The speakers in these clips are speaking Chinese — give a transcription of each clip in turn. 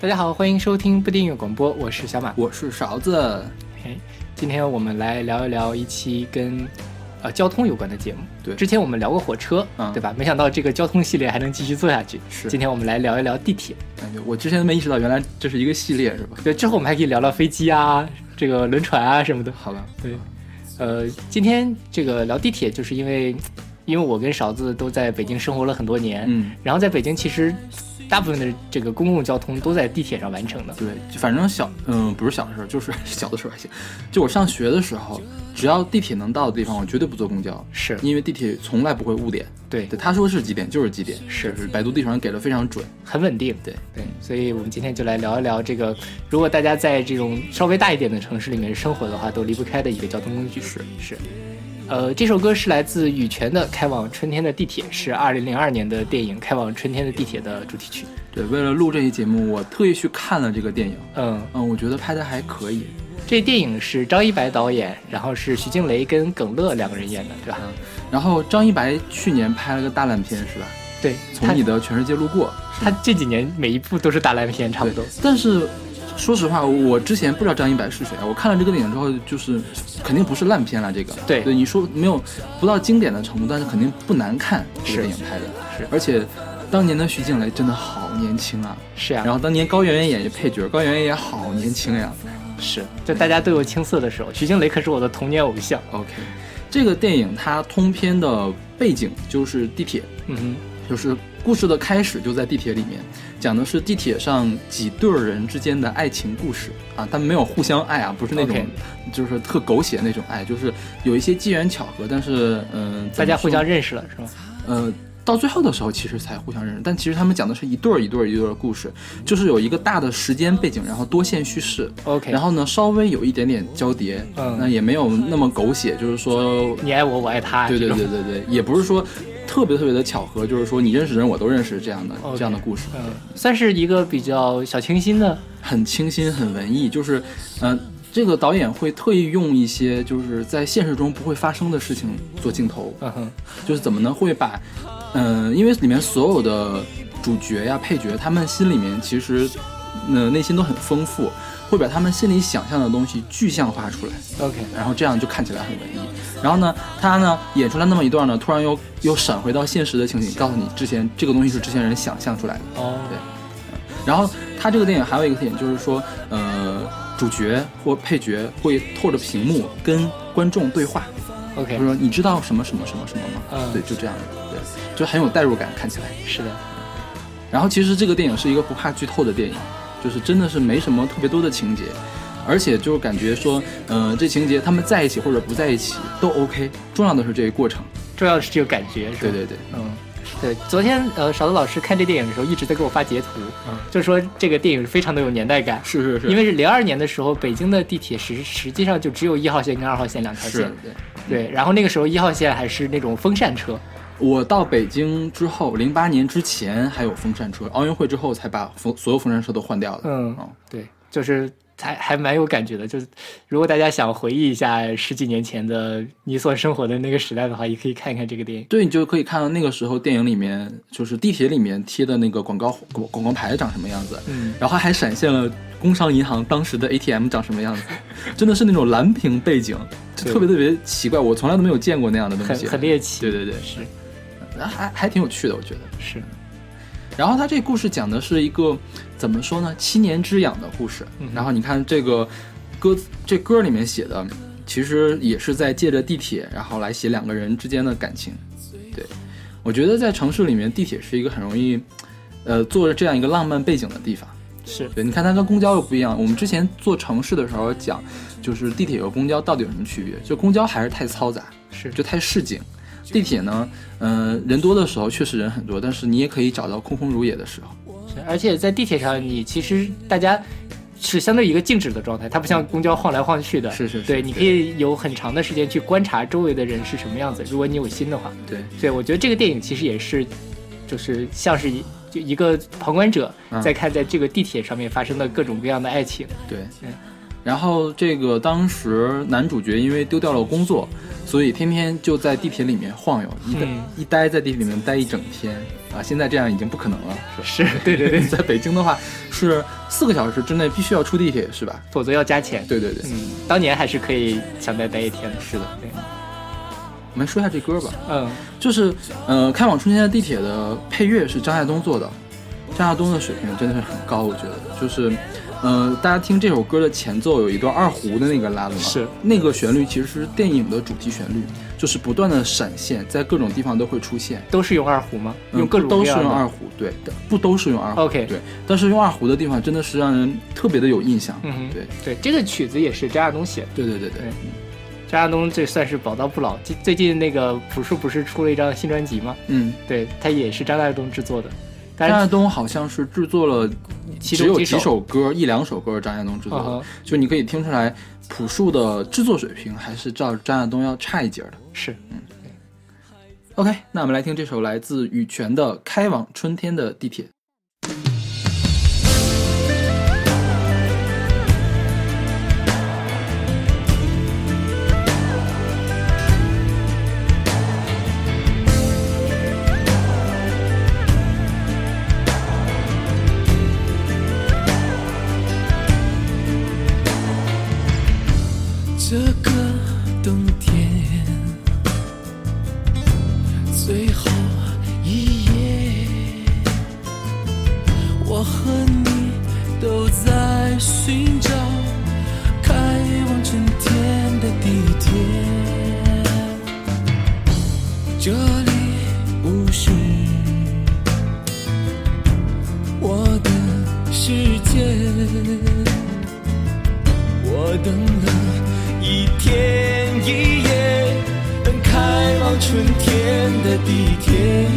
大家好，欢迎收听不订阅广播，我是小马， 我是勺子。 今天我们来聊一聊一期跟交通有关的节目。 对， 之前我们聊过火车，对吧？没想到这个交通系列还能继续做下去。 是， 今天我们来聊一聊地铁。 我之前都没意识到，原来这是一个系列，是吧？ 对，之后我们还可以聊聊飞机啊，这个轮船啊什么的。 好吧。 对，今天这个聊地铁，就是因为我跟勺子都在北京生活了很多年，然后在北京其实大部分的这个公共交通都在地铁上完成的。 对，反正不是小的时候，就是小的时候还行。就我上学的时候，只要地铁能到的地方，我绝对不坐公交， 是因为地铁从来不会误点。 对， 他说是几点就是几点， 是百度地图上给的非常准， 很稳定。 对， 所以我们今天就来聊一聊这个，如果大家在这种稍微大一点的城市里面生活的话，都离不开的一个交通工具。 是。 这首歌是来自羽泉的《开往春天的地铁》，是2002年的电影《开往春天的地铁》的主题曲。 对，为了录这期节目，我特意去看了这个电影。我觉得拍的还可以。 这电影是张一白导演，然后是徐静蕾跟耿乐两个人演的，对吧？ 然后张一白去年拍了个大烂片，是吧？ 对， 从你的全世界路过。 他这几年每一部都是大烂片，差不多。 但是说实话，我之前不知道张一白是谁，我看了这个电影之后，就是肯定不是烂片了。这个对，你说没有不到经典的程度，但是肯定不难看。这个电影拍的是， 而且当年的徐静蕾真的好年轻啊。 是啊。 然后当年高圆圆演配角，高圆圆也好年轻呀。 是，就大家都有青涩的时候。徐静蕾可是我的童年偶像。 OK， 这个电影它通篇的背景就是地铁，就是故事的开始就在地铁里面，讲的是地铁上几对人之间的爱情故事啊，他们没有互相爱啊，不是那种就是特狗血那种爱，就是有一些机缘巧合，但是大家互相认识了，是吗？ 到最后的时候其实才互相认识，但其实他们讲的是一对的故事，就是有一个大的时间背景，然后多线叙事。 OK， 然后呢稍微有一点点交叠，那也没有那么狗血，就是说你爱我，我爱他。 对，也不是说特别的巧合，就是说你认识人我都认识这样的故事。 算是一个比较小清新的， 很清新很文艺，就是这个导演会特意用一些就是在现实中不会发生的事情做镜头。就是怎么呢？会把因为里面所有的主角呀配角他们心里面其实内心都很丰富，会把他们心里想象的东西具象化出来。 OK， 然后这样就看起来很文艺。然后呢他呢演出来那么一段呢，突然又闪回到现实的情景，告诉你之前这个东西是之前人想象出来的。对。然后他这个电影还有一个点就是说主角或配角会透着屏幕跟观众对话。 OK， 就是说你知道什么什么什么什么吗？对，就这样的。对，就很有代入感，看起来。 是的。 然后其实这个电影是一个不怕剧透的电影，就是真的是没什么特别多的情节，而且就是感觉说这情节他们在一起或者不在一起都 OK， 重要的是这个过程， 重要的是这个感觉。是吧？ 对。 对，昨天勺子老师看这电影的时候一直在给我发截图，就说这个电影非常的有年代感。 是， 因为是02年的时候，北京的地铁实际上就只有1号线跟2号线两条线。对，然后那个时候1号线还是那种风扇车。 我到北京之后，08年之前还有风扇车，奥运会之后才把所有风扇车都换掉了。 对，就是还蛮有感觉的。就是如果大家想回忆一下10几年前的你所生活的那个时代的话，也可以看一看这个电影。 对，你就可以看到那个时候电影里面就是地铁里面贴的那个广告牌长什么样子，然后还闪现了工商银行当时的 ATM 长什么样子，真的是那种蓝屏背景，就特别奇怪，我从来都没有见过那样的东西， 很猎奇。 对，是，还挺有趣的，我觉得是。 然后他这故事讲的是一个怎么说呢，7年之痒的故事。然后你看这个歌里面写的，其实也是在借着地铁，然后来写两个人之间的感情。对，我觉得在城市里面，地铁是一个很容易做着这样一个浪漫背景的地方。 是， 对，你看它跟公交又不一样。我们之前做城市的时候讲，就是地铁和公交到底有什么区别？就公交还是太嘈杂，就太市井。地铁呢，人多的时候确实人很多，但是你也可以找到空空如也的时候。 而且在地铁上，你其实大家是相对一个静止的状态，它不像公交晃来晃去的。 是， 对，你可以有很长的时间去观察周围的人是什么样子。如果你有心的话，对，我觉得这个电影其实也是，就是像是就一个旁观者在看在这个地铁上面发生的各种各样的爱情。 对。 然后这个当时男主角因为丢掉了工作，所以天天就在地铁里面晃悠，一待在地铁里面待一整天啊！现在这样已经不可能了， 是对对对， 在北京的话是4个小时之内必须要出地铁，是吧？ 否则要加钱。 对对对， 当年还是可以想待一天的。 是的， 对。 我们说一下这歌吧，就是开往春天的地铁的配乐是张亚东做的，张亚东的水平真的是很高，我觉得就是。大家听这首歌的前奏有一段二胡的那个拉的嘛， 是那个旋律其实是电影的主题旋律，就是不断的闪现，在各种地方都会出现。 都是用二胡吗？用各种都是用二胡，对，不都是用二胡 ？OK， 对，但是用二胡的地方真的是让人特别的有印象。对对，这个曲子也是张亚东写的。 对。 张亚东这算是宝刀不老，最近那个朴树不是出了一张新专辑吗？对，他也是张亚东制作的。 张亚东好像是制作了只有几首歌，1、2首歌是张亚东制作的，就你可以听出来朴树的制作水平还是照张亚东要差一截的。 是 ，OK， 那我们来听这首来自羽泉的《开往春天的地铁》。 这个冬天最后一夜，我和你都在寻找开往春天的地铁，这里不是我的世界，我等了一天一夜，等开往春天的地铁，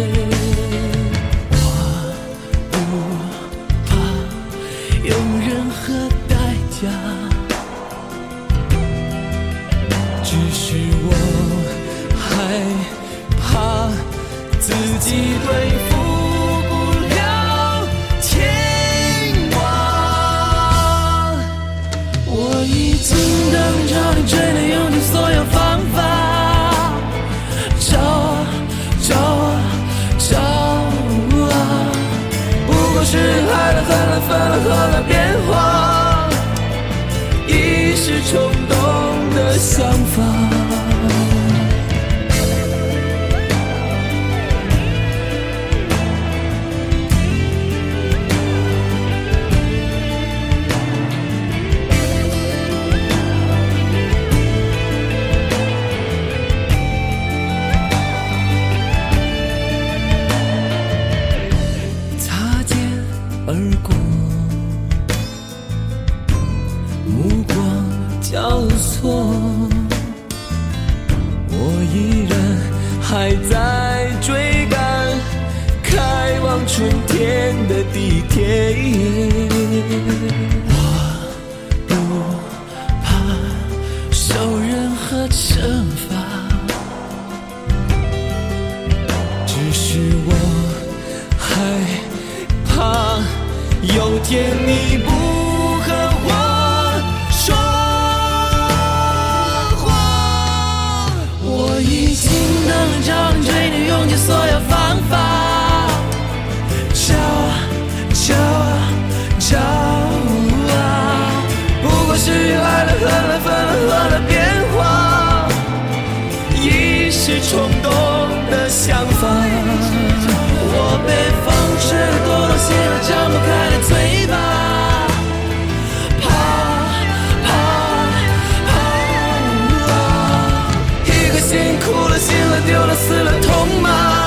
我不怕用任何代价，只是我害怕自己对付不了牵挂，我已经等着你追的用尽所有方法，找啊，不过是爱了恨了分了合了变化，一时冲动的想法。还在追赶开往春天的地铁，我不怕受任何惩罚，只是我害怕有天你不和我说话，我已经等着你追你用尽所有方法，找啊，不过是爱了恨了分了合了变化，一时冲动的想法，我被风吹得多到现在张不开的嘴巴，一颗心哭了醒了丢了死了痛吗？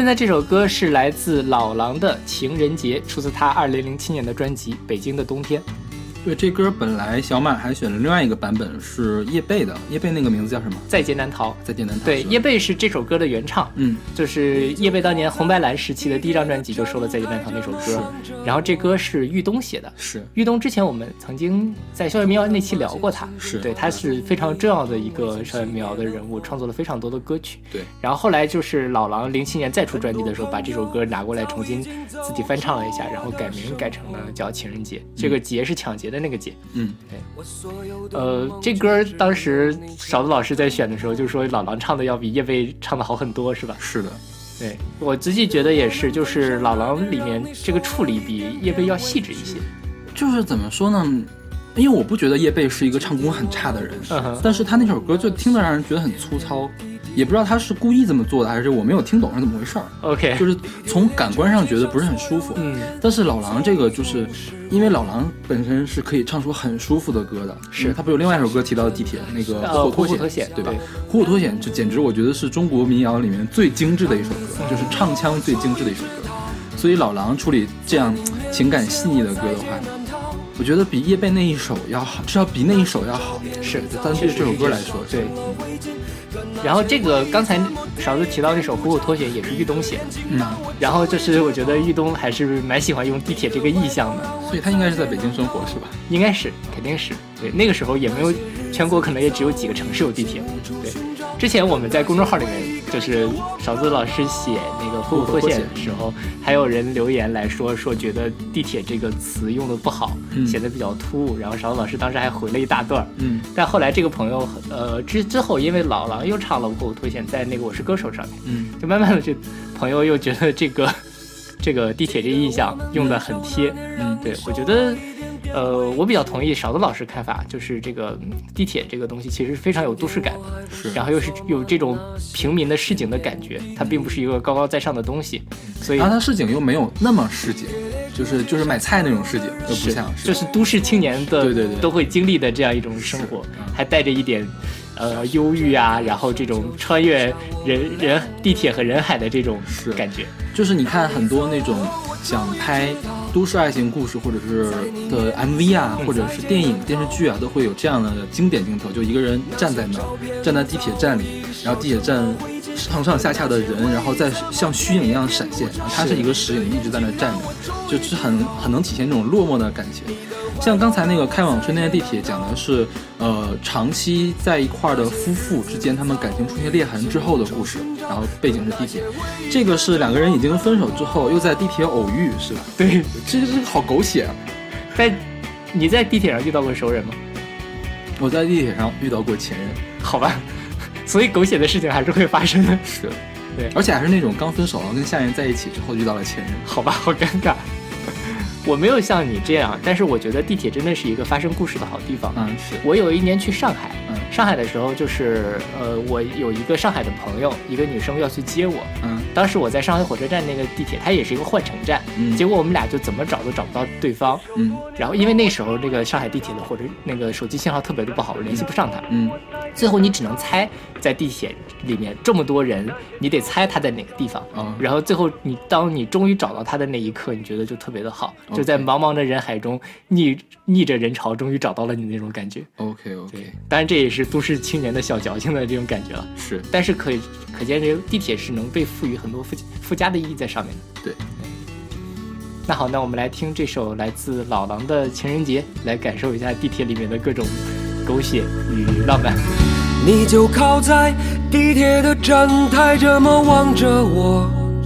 现在这首歌是来自老狼的《情人节》，出自他2007年的专辑《北京的冬天》。 对，这歌本来小马还选了另外一个版本，是叶蓓的。叶蓓那个名字叫什么？ 在劫难逃。 在劫难逃。 对，叶蓓是这首歌的原唱。就是叶蓓当年红白蓝时期的第一张专辑就收了《在劫难逃》那首歌，然后这歌是玉东写的。 是玉东之前我们曾经在校园民谣那期聊过他， 是对，他是非常重要的一个校园民谣的人物，创作了非常多的歌曲。 对， 然后后来就是老狼07年再出专辑的时候，把这首歌拿过来重新自己翻唱了一下，然后改名改成了叫《情人节》。这个劫是抢劫的那个劫。对，这歌当时勺子老师在选的时候就说老狼唱的要比叶蓓唱的好很多，是吧？ 是的， 对，我自己觉得也是，就是老狼里面这个处理比叶蓓要细致一些。 就是怎么说呢？因为我不觉得叶蓓是一个唱功很差的人，但是他那首歌就听得让人觉得很粗糙，也不知道他是故意这么做的，还是我没有听懂是怎么回事儿。 OK， 就是从感官上觉得不是很舒服。但是老狼这个就是因为老狼本身是可以唱出很舒服的歌的， 是他不有另外一首歌提到的地铁那个虎虎脱险，对吧？虎虎脱险就简直我觉得是中国民谣里面最精致的一首歌，就是唱腔最精致的一首歌。所以老狼处理这样情感细腻的歌的话，我觉得比叶蓓那一首要好，至少比那一首要好。 是， 单对这首歌来说， 对。然后这个刚才勺子提到这首《虎虎脱险》也是玉东写的，然后就是我觉得玉东还是蛮喜欢用地铁这个意象的， 所以他应该是在北京生活是吧？ 应该是，肯定是。对，那个时候也没有全国，可能也只有几个城市有地铁。对，之前我们在公众号里面，就是勺子老师写那个《虎虎脱险》的时候，还有人留言来说觉得地铁这个词用的不好，显得比较突兀。然后勺子老师当时还回了一大段，但后来这个朋友之后因为老狼又唱了《虎虎脱险》在那个《我是歌手》上面，就慢慢的这朋友又觉得这个地铁这个印象用的很贴。对，我觉得我比较同意勺子老师看法，就是这个地铁这个东西其实非常有都市感的， 是， 然后又是有这种平民的市井的感觉，它并不是一个高高在上的东西，所以然后它市井又没有那么市井，就是买菜那种市井，都不像是， 就是都市青年的对都会经历的这样一种生活，还带着一点忧郁啊，然后这种穿越地铁和人海的这种感觉， 就是你看很多那种想拍都市爱情故事或者是的 MV 啊，或者是电影电视剧啊，都会有这样的经典镜头，就一个人站在那儿，站在地铁站里，然后地铁站上上下下的人，然后再像虚影一样闪现，然后他是一个实影一直在那站着，就是很能体现这种落寞的感觉。像刚才那个开往春天的地铁讲的是长期在一块的夫妇之间他们感情出现裂痕之后的故事，然后背景是地铁，这个是两个人已经分手之后又在地铁偶遇，是吧？ 对， 这是好狗血啊。 你在地铁上遇到过熟人吗？ 我在地铁上遇到过前任。 好吧，所以狗血的事情还是会发生的。 是， 对， 而且还是那种刚分手了跟下人在一起之后遇到了前任。 好吧，好尴尬。我没有像你这样，但是我觉得地铁真的是一个发生故事的好地方。 是我有一年去上海，上海的时候就是我有一个上海的朋友，一个女生要去接我，当时我在上海火车站那个地铁，它也是一个换乘站，结果我们俩就怎么找都找不到对方，然后因为那时候这个上海地铁的或者那个手机信号特别的不好，我联系不上他，最后你只能猜，在地铁里面这么多人，你得猜他在哪个地方，然后最后当你终于找到他的那一刻，你觉得就特别的好，就在茫茫的人海中逆着人潮，终于找到了你那种感觉。 OK， 当然这也是都市青年的小矫情的这种感觉了。 是， 但是可见这个地铁是能被赋予很多附加的意义在上面的。 对。 那好，那我们来听这首来自老狼的《情人节》，来感受一下地铁里面的各种狗血与浪漫。 你就靠在地铁的站台，这么望着我，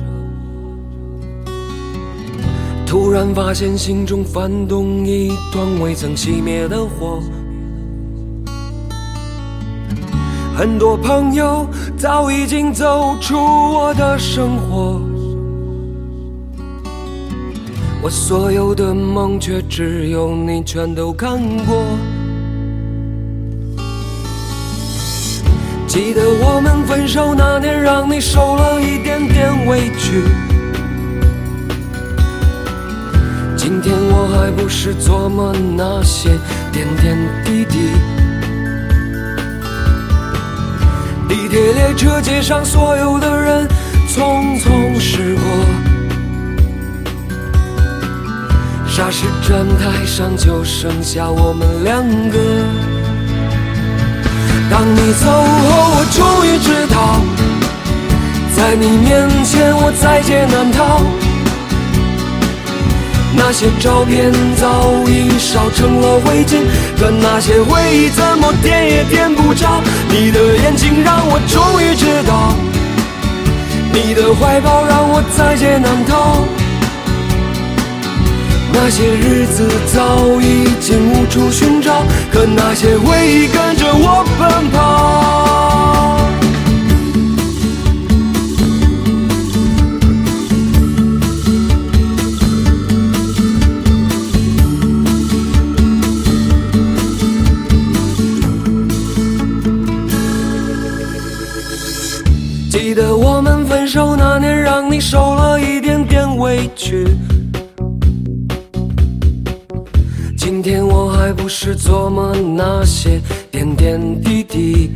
突然发现心中翻动一团未曾熄灭的火，很多朋友早已经走出我的生活，我所有的梦却只有你全都看过。记得我们分手那年，让你受了一点点委屈，今天我还不是琢磨那些点点滴滴。地铁列车街上所有的人匆匆驶过，霎时站台上就剩下我们两个。当你走后，我终于知道，在你面前我在劫难逃。那些照片早已烧成了灰烬，可那些回忆怎么点也点不着。你的眼睛让我终于知道，你的怀抱让我在劫难逃。那些日子早已经无处寻找，可那些回忆跟着我奔跑。记得我们分手那年，让你受了一点点委屈。今天我还不是琢磨那些点点滴滴。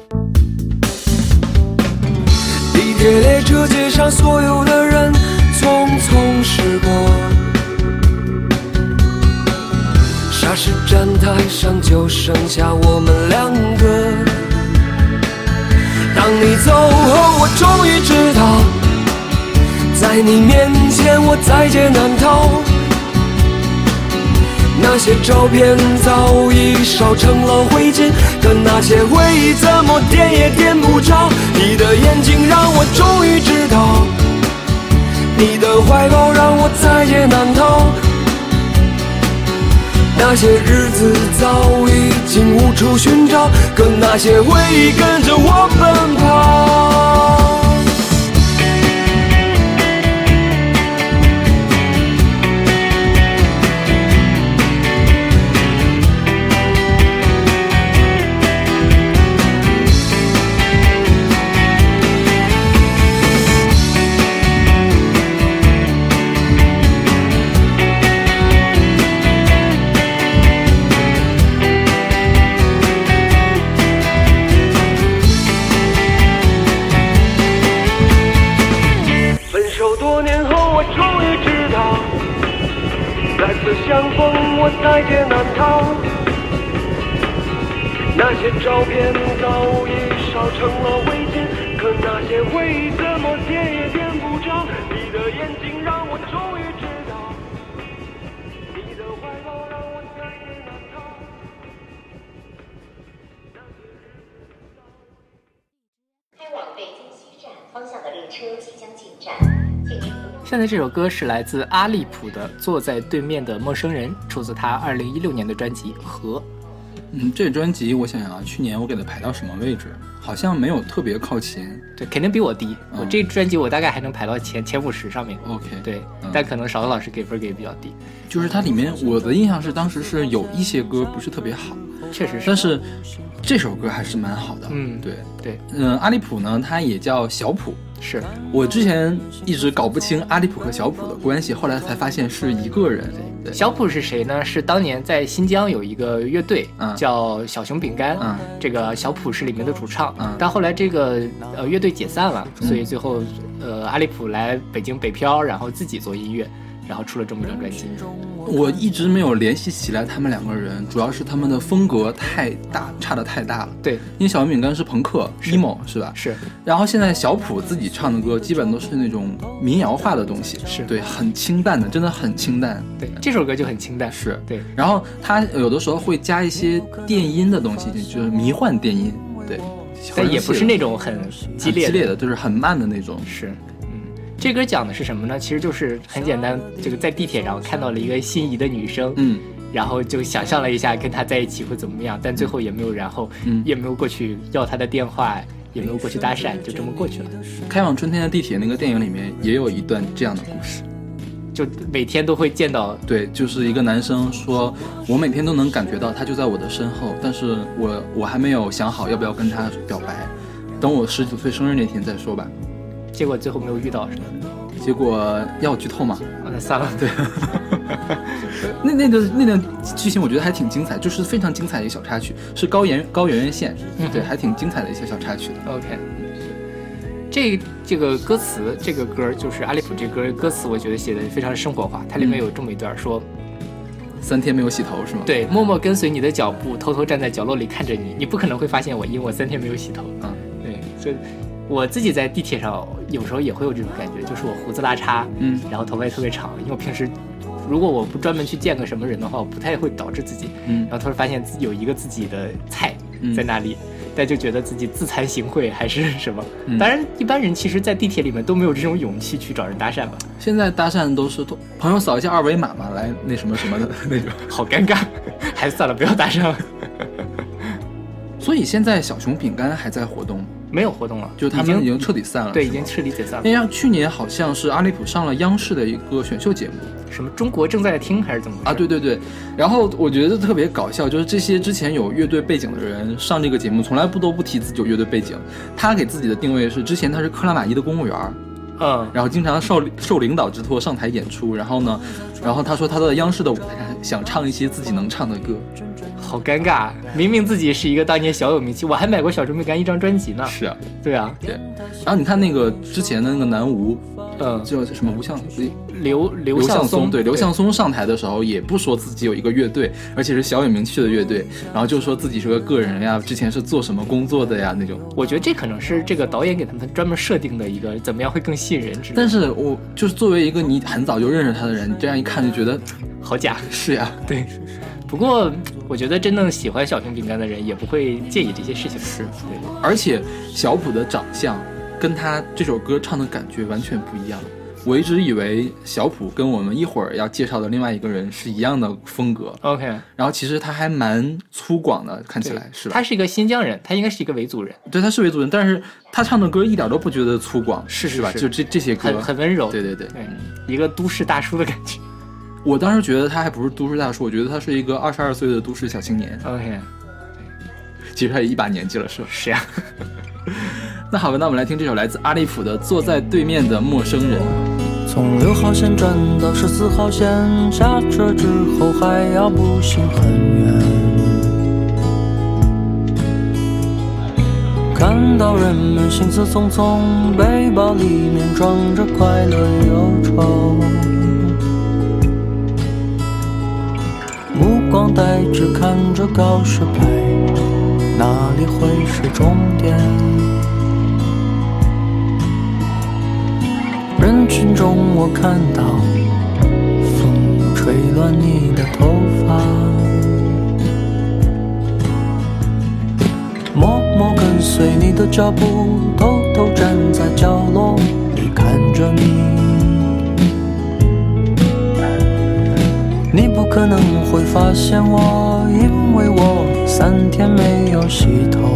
地铁列车街上所有的人匆匆驶过，霎时站台上就剩下我们两个。当你走后，我终于知道，在你面前我在劫难逃。那些照片早已烧成了灰烬，可那些回忆怎么点也点不着。你的眼睛让我终于知道，你的怀抱让我在劫难逃。那些日子早已经无处寻找，可那些回忆跟着我奔跑。相逢我在劫难逃，那些照片早已烧成了灰烬，可那些回忆怎么点也点不着。你的眼睛让我终于知道，你的怀抱让我在劫难逃。 开往北京西站方向的列车即将进站。 现在这首歌是来自阿利普的《坐在对面的陌生人》，出自他2016年的专辑《和》。 这专辑我想想啊，去年我给它排到什么位置？好像没有特别靠前。 对，肯定比我低。我这专辑我大概还能排到前50上面。 OK， 对，但可能勺子老师给分给比较低。 就是它里面我的印象是，当时是有一些歌不是特别好， 确实是， 但是这首歌还是蛮好的。对，阿利普呢，它也叫小普。 是我之前一直搞不清阿利普和小普的关系，后来才发现是一个人。对， 小普是谁呢？是当年在新疆有一个乐队，叫小熊饼干。这个小普是里面的主唱。但后来这个乐队解散了，所以最后阿利普来北京北漂，然后自己做音乐，然后出了这么一张专辑。 我一直没有联系起来他们两个人，主要是他们的风格差得太大了。 对， 因为小熊饼干是朋克 emo 是吧？ 是。 然后现在小普自己唱的歌基本都是那种民谣化的东西， 是对， 很清淡的，真的很清淡。 对，这首歌就很清淡。 是对。 然后他有的时候会加一些电音的东西，就是迷幻电音。对， 但也不是那种很激烈的，就是很慢的那种。 是。这歌讲的是什么呢？其实就是很简单，这个在地铁上看到了一个心仪的女生，然后就想象了一下跟她在一起会怎么样，但最后也没有然后，也没有过去要她的电话，也没有过去搭讪，就这么过去了。 开往春天的地铁那个电影里面也有一段这样的故事， 就每天都会见到。 对，就是一个男生说，我每天都能感觉到他就在我的身后，但是我还没有想好要不要跟他表白，等我19岁生日那天再说吧。 结果最后没有遇到是吗？ 结果要剧透嘛？ 那算了。 对，那段剧情我觉得还挺精彩，就是非常精彩的一个小插曲，是高圆圆线，对，还挺精彩的一些小插曲的。 OK， 这个歌词，这个歌就是阿利普这歌歌词，我觉得写的非常生活化。它里面有这么一段说 ，3天没有洗头是吗？ 对，默默跟随你的脚步，偷偷站在角落里看着你，你不可能会发现我，因为我3天没有洗头。对，所以我自己在地铁上有时候也会有这种感觉，就是我胡子拉碴，然后头发也特别长，因为我平时如果我不专门去见个什么人的话，我不太会导致自己，然后突然发现自己有一个自己的菜在那里。但就觉得自己自惭形秽还是什么，当然一般人其实在地铁里面都没有这种勇气去找人搭讪吧。 现在搭讪都是朋友扫一下2维码嘛，来那什么什么的那种。 好尴尬，还是算了，不要搭讪了。 所以现在小熊饼干还在活动吗？ 没有活动了， 就他们已经彻底散了。 对，已经彻底解散了。 因为去年好像是阿利普上了央视的一个选秀节目， 什么中国正在听还是怎么回事啊？对对对。然后我觉得特别搞笑，就是这些之前有乐队背景的人上这个节目，从来不提自己有乐队背景。他给自己的定位是，之前他是克拉玛依的公务员，然后经常受领导之托上台演出。然后他说他在央视的舞台上想唱一些自己能唱的歌。 好尴尬，明明自己是一个当年小有名气，我还买过小熊饼干1张专辑呢。 是啊， 对啊， 对。然后你看那个之前的那个南无，叫什么刘向松，对，刘向松上台的时候也不说自己有一个乐队，而且是小有名气的乐队，然后就说自己是个个人呀，之前是做什么工作的呀那种。 我觉得这可能是这个导演给他们专门设定的一个怎么样会更吸引人之类的。 但是我就是作为一个你很早就认识他的人，这样一看就觉得好假。 是呀， 对。不过我觉得真正喜欢小熊饼干的人也不会介意这些事情。 是，对。而且小普的长相跟他这首歌唱的感觉完全不一样。我一直以为小普跟我们一会儿要介绍的另外一个人是一样的风格。 OK。 然后其实他还蛮粗犷的，看起来是吧？ 他是一个新疆人，他应该是一个维族人。 对，他是维族人，但是他唱的歌一点都不觉得粗犷， 是吧？就这些歌很温柔。 对对对， 一个都市大叔的感觉。 我当时觉得他还不是都市大叔，我觉得他是一个22岁的都市小青年。 OK， 其实他也一把年纪了，是吧？ 是呀。 那好吧，那我们来听这首来自阿利普的《坐在对面的陌生人》。 从6号线转到14号线，下车之后还要步行很远，看到人们行色匆匆，背包里面装着快乐忧愁，目光呆滞看着告示牌，哪里会是终点？人群中我看到风吹乱你的头发，默默跟随你的脚步，偷偷站在角落里看着你。你不可能会发现我，因为我3天没有洗头。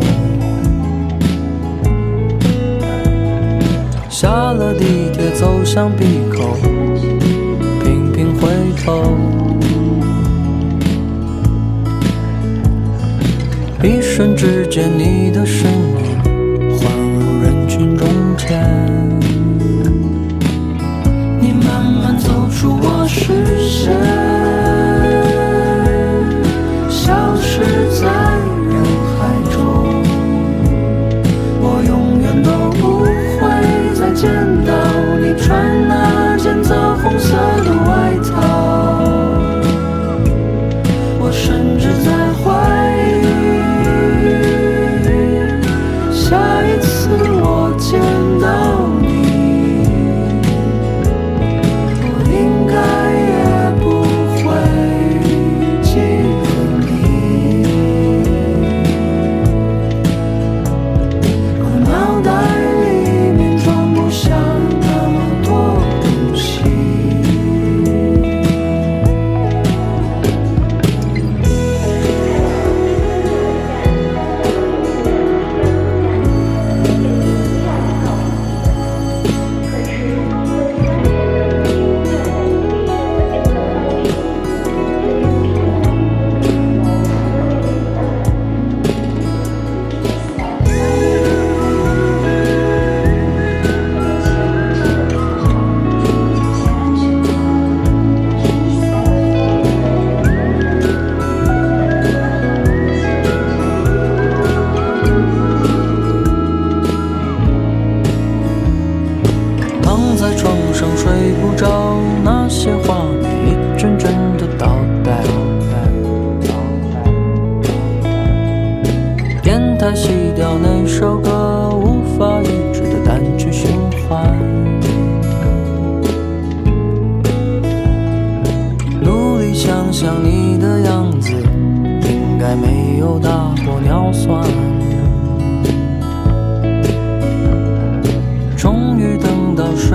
下了地铁走向闭口，频频回头，一瞬之间你的身影环入人群中间，你慢慢走出我视线，消失在人海中，我永远都不会再见到你穿那件枣红色的外套，我甚至在怀疑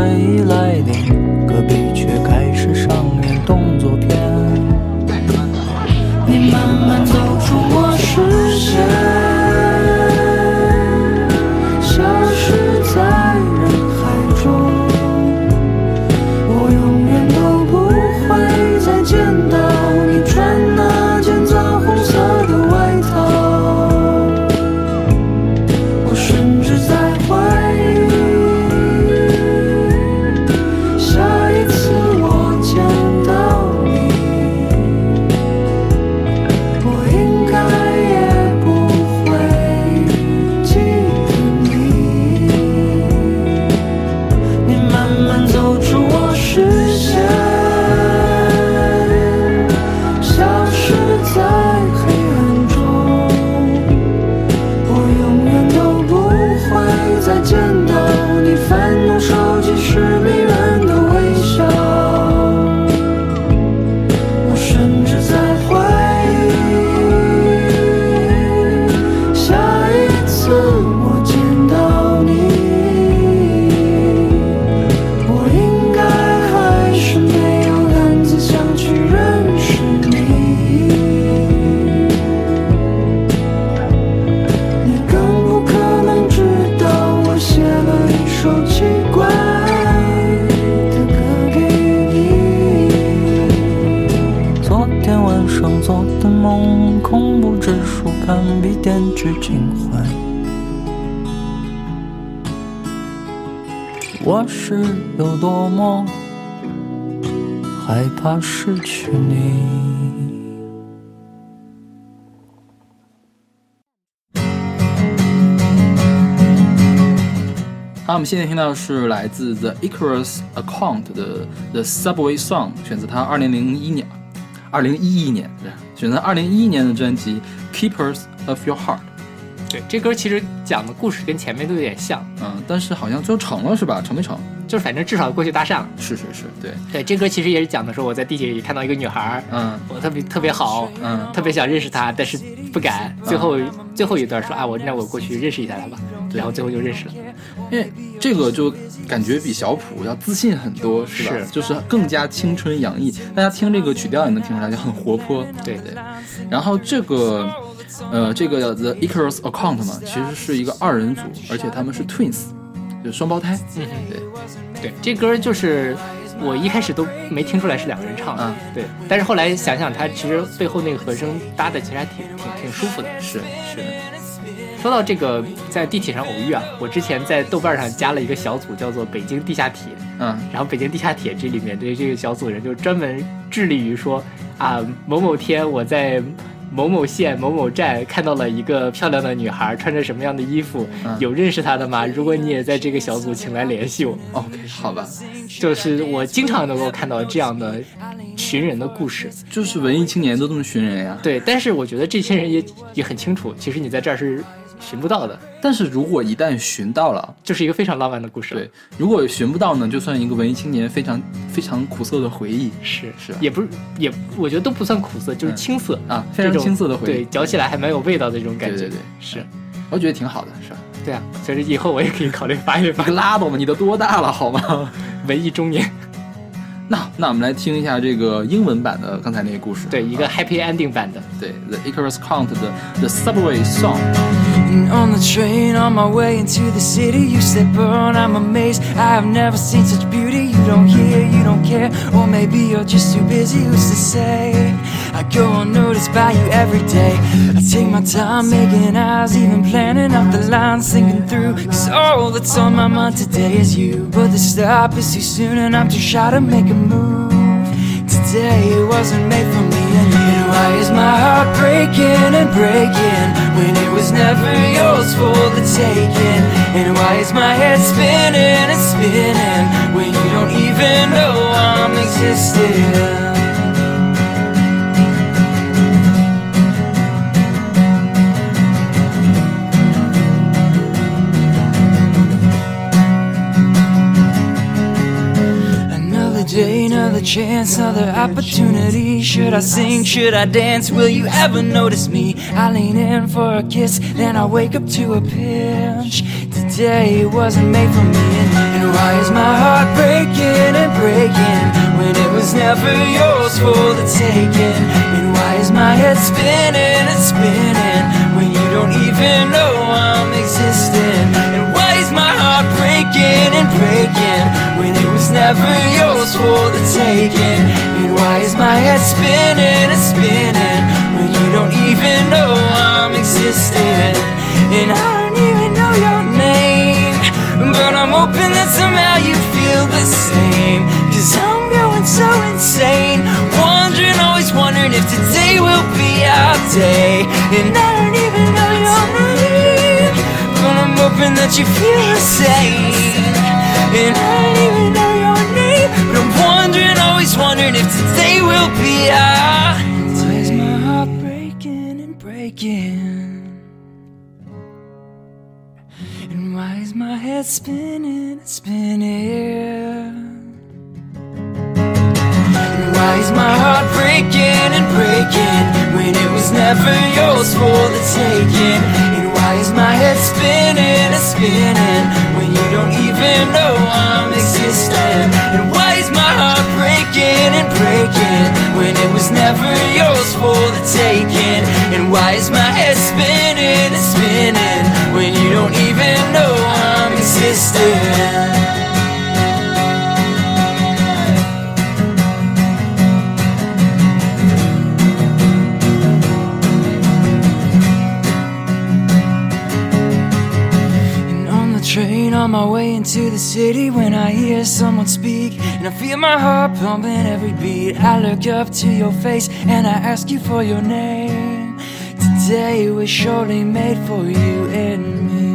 已来临，隔壁却开始上演动作片。你慢慢走出我视线，消失在人海中，我永远都不会再见到你穿那件枣红色的外套。我甚至在怀疑，下一次我见到你，我应该也不会记得你。你慢慢走出我视线，消失在黑暗中，我永远都不会再见到你翻动手机时迷人的微笑。我甚至在怀疑，下一次我见到你，我应该还是没有胆子想去认识你。你更不可能知道我写了一首奇怪的歌给你。昨天晚上做的梦，恐怖指数堪比电锯惊魂。我是有多么害怕失去你。 好，我们现在听到的是来自 The Icarus Account 的 The Subway Song， 选择他2011年选择2011年的专辑 Keepers of Your Heart。 对，这歌其实讲的故事跟前面都有点像， 但是好像最后成了是吧？成没成？ 就是反正至少过去搭讪了。 是，对。 对，这歌其实也是讲的说我在地铁里看到一个女孩，我特别好，特别想认识她，但是不敢。最后一段说啊，我过去认识一下她吧，然后最后就认识了。 因为这个就感觉比小普要自信很多，是吧？就是更加青春洋溢。大家听这个曲调也能听出来，就很活泼。对。然后这个 The Icarus Account 嘛，其实是一个2人组，而且他们是 twins， 就是双胞胎。 对，这歌就是我一开始都没听出来是2个人唱的，对。但是后来想想，他其实背后那个和声搭的其实还挺舒服的。是。说到这个在地铁上偶遇啊，我之前在豆瓣上加了一个小组，叫做北京地下铁。然后北京地下铁这里面对这个小组人就专门致力于说啊，某某天我在某某县某某站看到了一个漂亮的女孩，穿着什么样的衣服，有认识她的吗？如果你也在这个小组，请来联系我。OK， 好吧。就是我经常能够看到这样的寻人的故事， 就是文艺青年都这么寻人呀。 对，但是我觉得这些人也很清楚，其实你在这儿是寻不到的。 但是如果一旦寻到了， 就是一个非常浪漫的故事。 对，如果寻不到呢，就算一个文艺青年非常非常苦涩的回忆。 是，我觉得都不算苦涩，就是青涩啊，非常青涩的回忆。 对，嚼起来还蛮有味道的这种感觉。 对， 是， 我觉得挺好的，是吧？ 对啊，所以以后我也可以考虑发一发。 拉倒吧，你都多大了好吗？ 文艺中年。 那我们来听一下这个英文版的刚才那个故事， 对，一个 happy ending 版的， 对 The Icarus Account 的 The Subway Song。 On the train on my way into the city, you said burn, I'm amazed, I have never seen such beauty. You don't hear, you don't care, or maybe you're just too busy, who's to say? I go unnoticed by you every day. I take my time making eyes, even planning out the lines, thinking through, cause all that's on my mind today is you. But the stop is too soon and I'm too shy to make a move. Today it wasn't made for me and you. Why is my heart breaking and breaking when it was never yours for the taking? And why is my head spinning and spinning when you don't even know I'm existing? Day, another chance, another opportunity. Should I sing, should I dance, will you ever notice me? I lean in for a kiss, then I wake up to a pinch. today wasn't made for me. And why is my heart breaking and breaking when it was never yours for the taking? And why is my head spinning and spinning when you don't even know I'm existing? And why is my heart breaking and breaking when it was never yours for the taking? And why is my head spinning and spinning when you don't even know I'm existing? And I don't even know your name, but I'm hoping that somehow you feel the same. Cause I'm going so insane, wondering, always wondering if today will be our day. And I don't even know your name, but I'm hoping that you feel the same. And I don't even know your name, but I'm wondering, always wondering if today will be our day. Why is my heart breaking and breaking? And why is my head spinning and spinning? And why is my heart breaking and breaking when it was never yours for the taking? And why is my head spinning and spinning when you don't even know I'm existing? And why is my heart breaking and breaking when it was never yours for the taking? And why is my head spinning and spinning when you don't even know I'm existing? Train on my way into the city when I hear someone speak, and I feel my heart pumping every beat. I look up to your face and I ask you for your name. Today was surely made for you and me.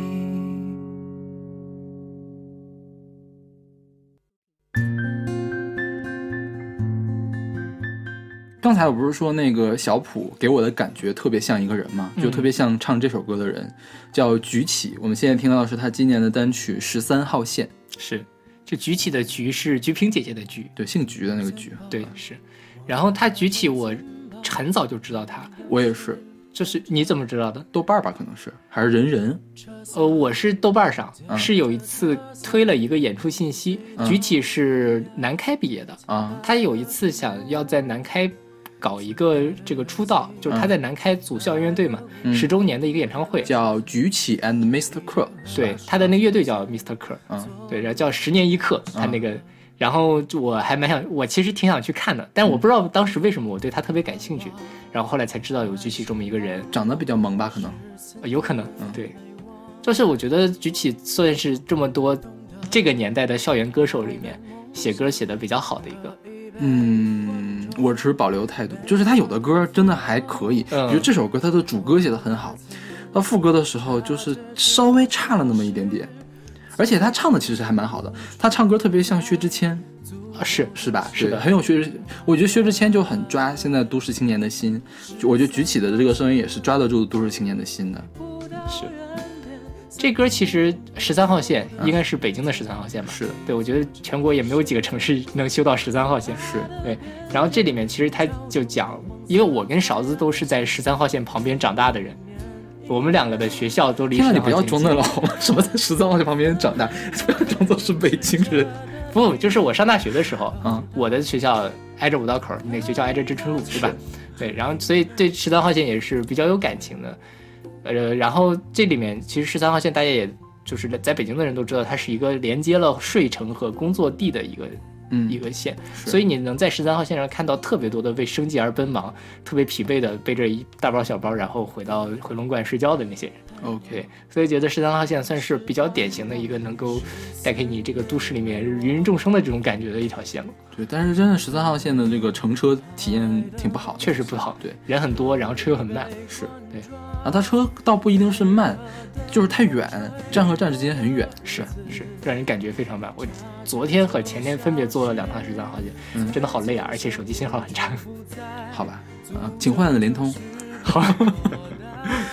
刚才我不是说那个小普给我的感觉特别像一个人吗？就特别像唱这首歌的人，叫举起。我们现在听到的是他今年的单曲《13号线》。 是，这举起的举是菊萍姐姐的菊， 对，姓菊的那个菊。 对，是。然后他举起，我很早就知道他。 我也是。 就是你怎么知道的？ 豆瓣吧，可能是，还是人人？ 我是豆瓣上，是有一次推了一个演出信息，举起是南开毕业的啊，他有一次想要在南开搞一个这个出道，就是他在南开组校乐队嘛，10周年的一个演唱会， 叫举起 and Mr. Kerr， 对，他的那个乐队叫 Mr. Kerr， 对，然后叫10年一刻，他那个。然后我还蛮想，我其实挺想去看的，但是我不知道当时为什么我对他特别感兴趣，然后后来才知道有举起这么一个人， 长得比较萌吧，可能， 有可能，对，就是我觉得举起算是这么多这个年代的校园歌手里面写歌写的比较好的一个。 我持保留态度，就是他有的歌真的还可以，比如这首歌他的主歌写的很好，到副歌的时候就是稍微差了那么一点点。而且他唱的其实还蛮好的，他唱歌特别像薛之谦，是吧？ 是的， 很有我觉得薛之谦就很抓现在都市青年的心，我觉得举起的这个声音也是抓得住都市青年的心的。 是，这歌其实13号线应该是北京的13号线吧？ 是的， 对，我觉得全国也没有几个城市能修到13号线。 是， 对。然后这里面其实他就讲，因为我跟勺子都是在13号线旁边长大的人。我们两个的学校都离13号线近。 你不要装的了，什么在13号线旁边长大，不要装作是北京人。 不，就是我上大学的时候，我的学校挨着五道口，那个学校挨着知春路，对吧？对，然后所以对13号线也是比较有感情的。然后这里面其实13号线大家也就是在北京的人都知道，它是一个连接了睡城和工作地的一个线，所以你能在13号线上看到特别多的为生计而奔忙、特别疲惫的背着一大包小包然后回龙观睡觉的那些人。 OK， 所以觉得13号线算是比较典型的一个能够带给你这个都市里面芸芸众生的这种感觉的一条线路。 对，但是真的13号线的这个乘车体验挺不好的， 确实不好。 对， 人很多，然后车又很慢。 是， 对。 然后它车倒不一定是慢，就是太远，站和站之间很远， 是让人感觉非常慢。我昨天和前天分别坐了2趟13号线，真的好累啊，而且手机信号很差。 好吧，请换的联通。 好。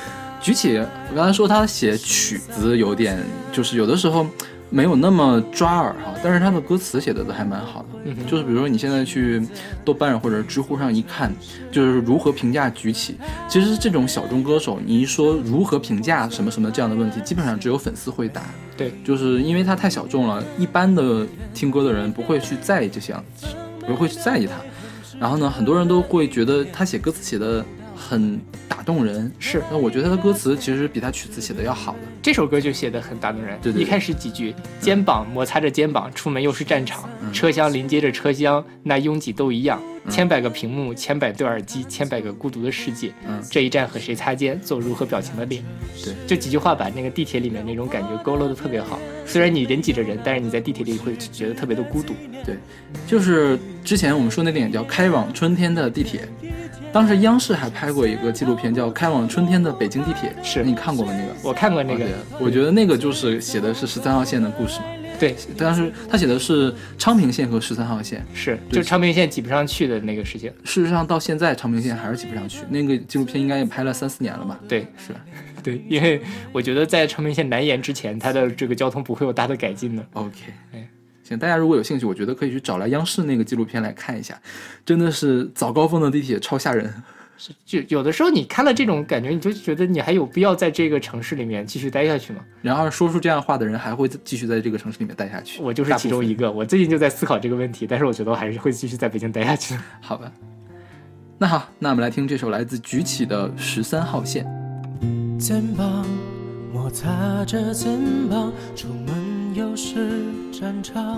举起，我刚才说他写曲子有点，就是有的时候没有那么抓耳哈，但是他的歌词写的都还蛮好的。就是比如说你现在去豆瓣或者知乎上一看，就是如何评价举起，其实这种小众歌手，你一说如何评价什么什么这样的问题，基本上只有粉丝会答。 对， 就是因为他太小众了，一般的听歌的人不会去在意这项，不会去在意他。然后呢，很多人都会觉得他写歌词写的很打动人， 是。 那我觉得他的歌词其实比他曲子写的要好的。 这首歌就写得很打动人。 对对对， 一开始几句，肩膀摩擦着肩膀，出门又是战场，车厢临接着车厢，那拥挤都一样，千百个屏幕，千百对耳机，千百个孤独的世界。这一站和谁擦肩，做如何表情的脸。 对， 这几句话把那个地铁里面那种感觉勾勒得特别好。虽然你人挤着人，但是你在地铁里会觉得特别的孤独。 对，就是之前我们说那电影叫《开往春天的地铁》。当时央视还拍过一个纪录片叫《开往春天的北京地铁》， 是你看过吗？那个我看过那个， 我觉得那个就是写的是13号线的故事嘛。 对， 但是他写的是昌平线和13号线， 是就昌平线挤不上去的那个事情。 事实上到现在昌平线还是挤不上去，那个纪录片应该也拍了3-4年了吧？ 对， 是， 对，因为我觉得在昌平线南延之前，它的这个交通不会有大的改进的。 OK，行，大家如果有兴趣，我觉得可以去找来央视那个纪录片来看一下，真的是早高峰的地铁超吓人。 就有的时候你看了这种感觉，你就觉得你还有必要在这个城市里面继续待下去吗？ 然后说出这样话的人还会继续在这个城市里面待下去。 我就是其中一个，我最近就在思考这个问题，但是我觉得我还是会继续在北京待下去的。 好吧，那好，那我们来听这首来自举起的13号线。 肩膀摩擦着肩膀，出门又是战场，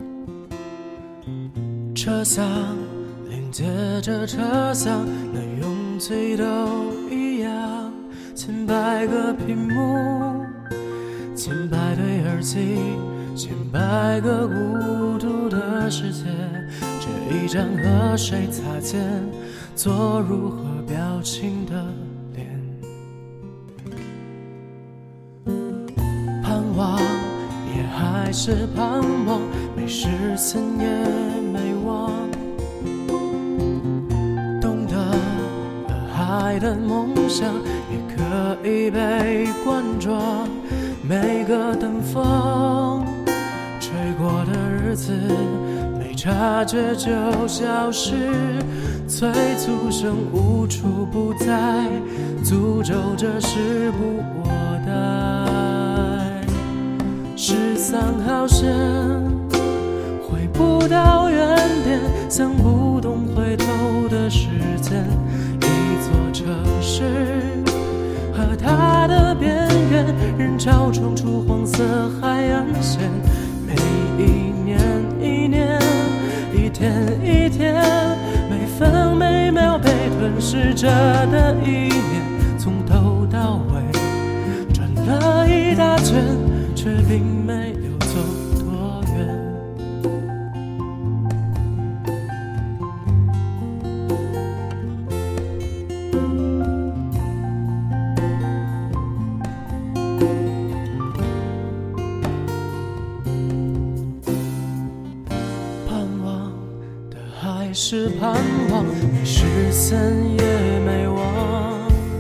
车厢连接着车厢，那拥挤都一样，千百个屏幕，千百对耳机，千百个孤独的世界，这一站和谁擦肩，做如何表情的脸，盼望也还是盼望，没实现也没忘，爱的梦想也可以被灌装，每个等风吹过的日子，没察觉就消失，催促声无处不在，诅咒着时不我待。13号线回不到原点，想不动回头的时间，城市和它的边缘，人潮冲出黄色海岸线，每一年一年，一天一天，每分每秒被吞噬着的一年，从头到尾转了一大圈，却并没有走多远。是盼望，没实现也没忘，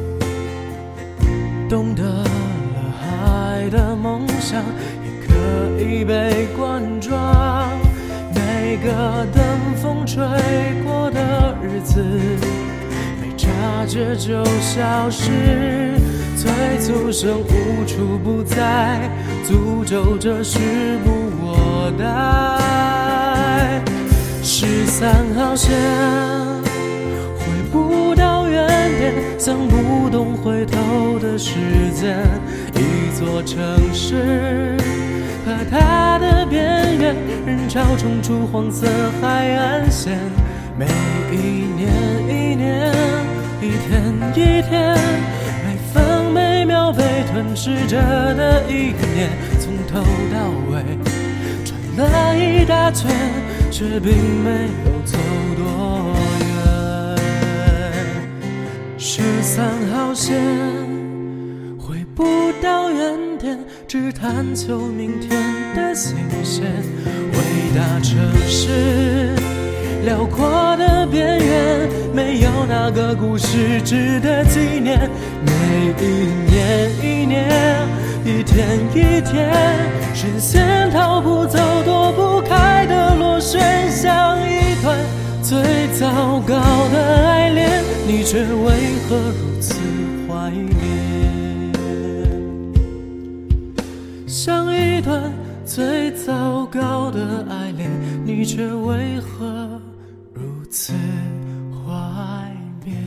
懂得了海的梦想也可以被灌装，每个等风吹过的日子，没察觉就消失，催促声无处不在，诅咒着时不我待。13号线回不到原点，想不动回头的时间，一座城市和它的边缘，人潮冲出黄色海岸线，每一年一年，一天一天，每分每秒被吞噬着的一年，从头到尾转了一大圈，却并没有走多远。13号线回不到原点，只探求明天的新鲜。伟大城市辽阔的边缘， 没有哪个故事值得纪念。每一年一年，一天一天，视线逃不走躲不开的螺旋，像一段最糟糕的爱恋，你却为何如此怀念？像一段最糟糕的爱恋，你却为何如此怀念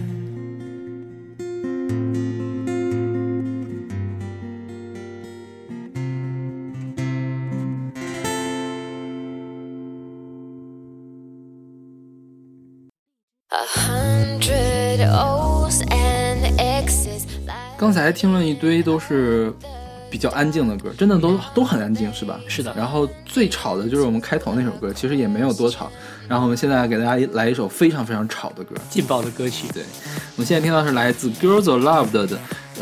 刚才听了一堆都是比较安静的歌，真的都很安静是吧？ 是的。 然后最吵的就是我们开头那首歌，其实也没有多吵。然后我们现在给大家来一首非常非常吵的歌， 劲爆的歌曲。 对，我们现在听到是来自 Girls Aloud 的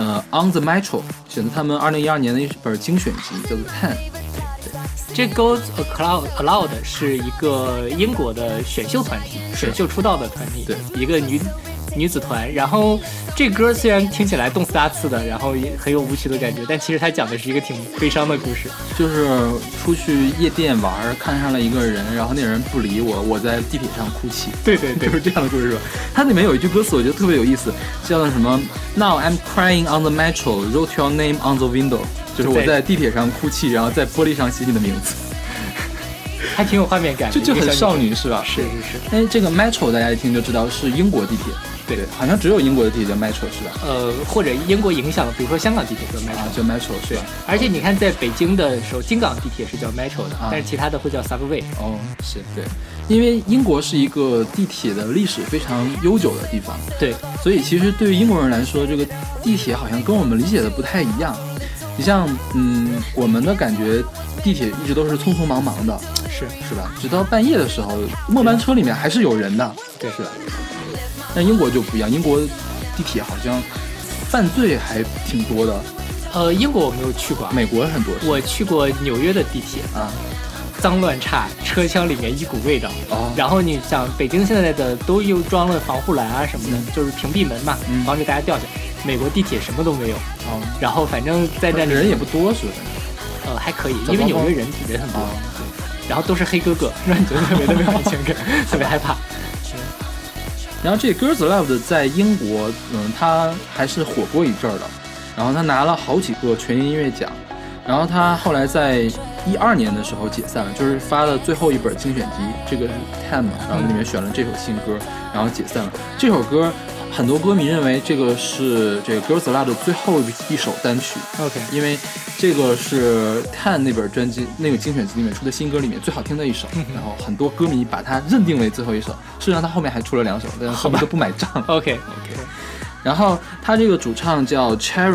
On the Metro， 选择他们2012年的一本精选集，叫做 Ten。 这 Girls Aloud 是一个英国的选秀团体，选秀出道的团体， 对， 一个女子团。然后这歌虽然听起来动次打次的，然后也很有舞曲的感觉，但其实它讲的是一个挺悲伤的故事， 就是出去夜店玩，看上了一个人，然后那人不理我，我在地铁上哭泣。 对对对， 就是这样的故事。它里面有一句歌词我觉得特别有意思，叫做什么 Now I'm crying on the metro, wrote your name on the window， 就是我在地铁上哭泣，然后在玻璃上写你的名字。 还挺有画面感的， 就很少女是吧？ 是。 哎，这个 metro 大家一听就知道是英国地铁，对，好像只有英国的地铁叫 metro 是吧？ 或者英国影响的，比如说香港地铁叫 metro， 叫 metro 是吧？ 而且你看，在北京的时候，京港地铁是叫 metro 的，但是其他的会叫 subway。 哦，是对，因为英国是一个地铁的历史非常悠久的地方， 对， 所以其实对于英国人来说，这个地铁好像跟我们理解的不太一样。你像，我们的感觉，地铁一直都是匆匆忙忙的，是吧？直到半夜的时候，末班车里面还是有人的， 对， 是吧？但英国就不一样，英国地铁好像犯罪还挺多的。 英国我没有去过， 美国很多。 我去过纽约的地铁啊， 脏乱差，车厢里面一股味道。然后你想，北京现在的都又装了防护栏啊什么的，就是屏蔽门嘛，防止大家掉下来。美国地铁什么都没有，然后反正在那里人也不多是吧？ 还可以，因为纽约人很多，然后都是黑哥哥，让你觉得特别的没有安全感，特别害怕。 然后这 Girls Aloud 在英国，他还是火过一阵儿的，然后他拿了好几个全英音乐奖，然后他后来在2012年的时候解散了，就是发了最后一本精选集，这个是 Ten 嘛，然后里面选了这首新歌，然后解散了。这首歌很多歌迷认为这个是这个 Girls Aloud 最后一首单曲 ，OK， 因为这个是 Ten 那本专辑那个精选集里面出的新歌里面最好听的一首，然后很多歌迷把它认定为最后一首，事实上他后面还出了2首，但是后面都不买账。 OK， 然后他这个主唱叫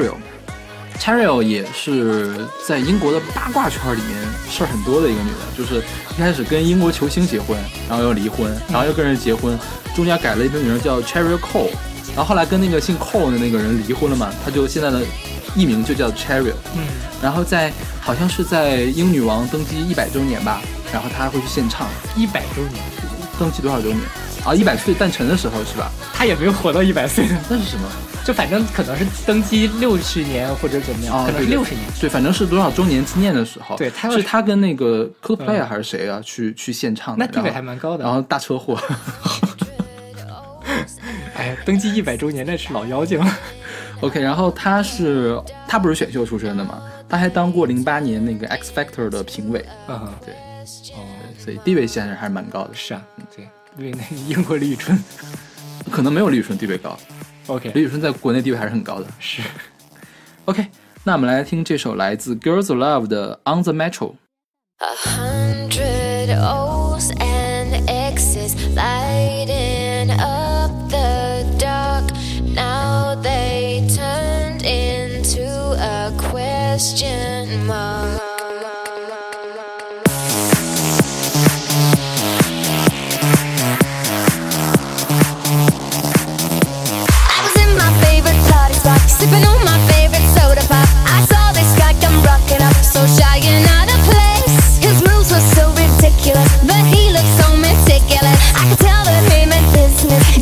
Cheryl 也是在英国的八卦圈里面事儿很多的一个女人，就是一开始跟英国球星结婚，然后又离婚，然后又跟人结婚，中间改了一个女人叫 Cheryl Cole， 然后后来跟那个姓 Cole 的那个人离婚了嘛，他就现在的艺名就叫 Cheryl。然后好像是在英女王登基100周年吧，然后他会去献唱。 100周年， 登基多少周年啊？100岁诞辰的时候是吧？ 他也没有活到100岁的， 那是什么？ 就反正可能是登基60年或者怎么样，可能是60年。 对，反正是多少周年纪念的时候。 对， 是他跟那个 Coldplay 还是谁啊，去献唱的。 那地位还蛮高的。 然后大车祸。 哎，登基100周年那是老妖精了。 OK， 然后他不是选秀出身的嘛，他还当过08年那个 X Factor 的评委。对，所以地位现在还是蛮高的。 是啊，对，因为那个英国李宇春可能没有李宇春地位高。 OK， 李宇春在国内地位还是很高的。 是。 OK， 那我们来听这首来自 Girls Aloud 的 On the Metro。100 O's and X's lighting up the dark. Now they turned into a question mark. Sipping on my favorite soda pop. I saw this guy come rocking up, so shy and out of place. His moves were so ridiculous, but he looked so meticulous. I could tell that he meant business.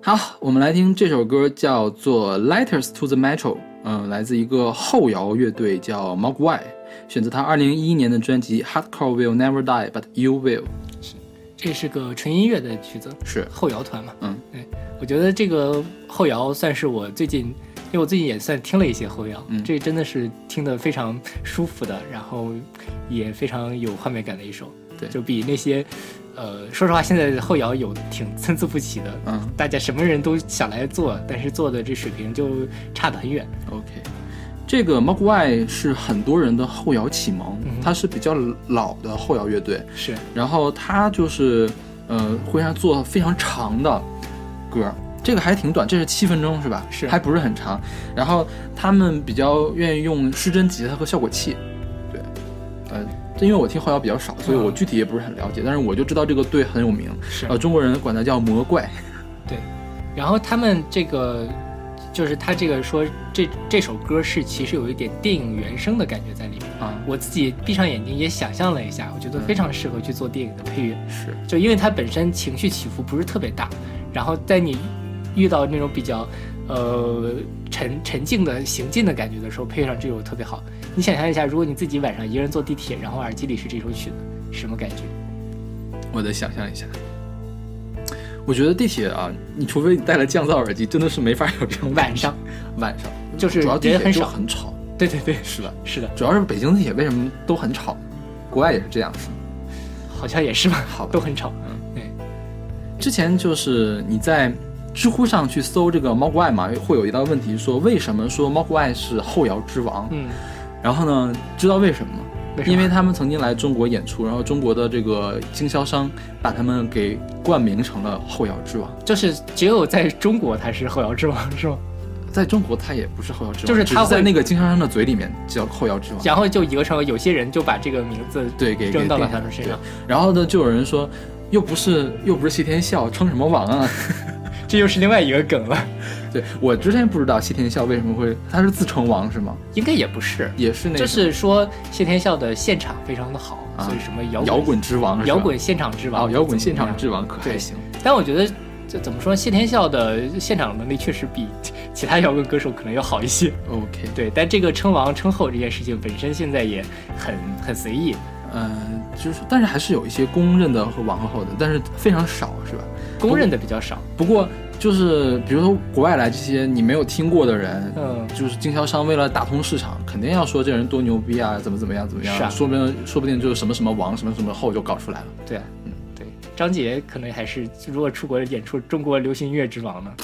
好，我们来听这首歌，叫做 Letters to the Metro， 来自一个后摇乐队叫 Mogwai， 选择他2011年的专辑 Hardcore Will Never Die But You Will。 这是个纯音乐的曲子， 是后摇团嘛。 对， 我觉得这个后摇算是我最近，因为我最近也算听了一些后摇，这真的是听得非常舒服的，然后也非常有画面感的一首。 对， 就比那些说实话现在后摇有挺参差不齐的，大家什么人都想来做，但是做的这水平就差得很远。 OK， 这个 Mogwai 是很多人的后摇启蒙，它是比较老的后摇乐队， 是， 然后它就是会让做非常长的歌，这个还挺短，这是7分钟是吧？ 是， 还不是很长。然后他们比较愿意用失真吉他和效果器，对，因为我听后摇比较少，所以我具体也不是很了解，但是我就知道这个队很有名， 是， 中国人管它叫魔怪。 对，然后他们这个就是他这个说这首歌是其实有一点电影原声的感觉在里面啊， 我自己闭上眼睛也想象了一下，我觉得非常适合去做电影的配乐， 是， 就因为它本身情绪起伏不是特别大，然后在你遇到那种比较沉静的行进的感觉的时候，配上这首特别好。你想象一下，如果你自己晚上一个人坐地铁，然后耳机里是这首曲子，什么感觉？ 我得想象一下。我觉得地铁啊，你除非你戴了降噪耳机，真的是没法有这种晚上就是主要地铁就很吵。 对对对， 是的， 是的。 主要是北京地铁为什么都很吵？国外也是这样，是吗？ 好像也是吧， 好吧， 都很吵。对， 之前就是你在知乎上去搜这个 Mogwai 嘛，会有一道问题说为什么说 Mogwai 是后摇之王？然后呢，知道为什么吗？因为他们曾经来中国演出，然后中国的这个经销商把他们给冠名成了后摇之王。 就是只有在中国他是后摇之王，是吗？ 在中国他也不是后摇之王， 就是他在那个经销商的嘴里面叫后摇之王， 然后就一个成有些人就把这个名字对给扔到了他们身上。 然后呢，就有人说又不是谢天笑，称什么王啊？ 这又是另外一个梗了。 对，我之前不知道谢天笑为什么会，他是自称王是吗？ 应该也不是， 也是那个， 就是说谢天笑的现场非常的好，所以什么摇滚之王， 摇滚现场之王， 摇滚现场之王可还行。 但我觉得这怎么说，谢天笑的现场能力确实比其他摇滚歌手可能要好一些。 OK， 对，但这个称王称后这件事情本身现在也很随意。 就是但是还是有一些公认的和王后的，但是非常少，是吧？ 公认的比较少。 不过就是比如说国外来这些你没有听过的人，就是经销商为了打通市场，肯定要说这人多牛逼啊，怎么样， 是啊， 说不定就是什么什么王什么什么后就搞出来了。 对啊，对，张杰可能还是如果出国演出中国流行音乐之王呢。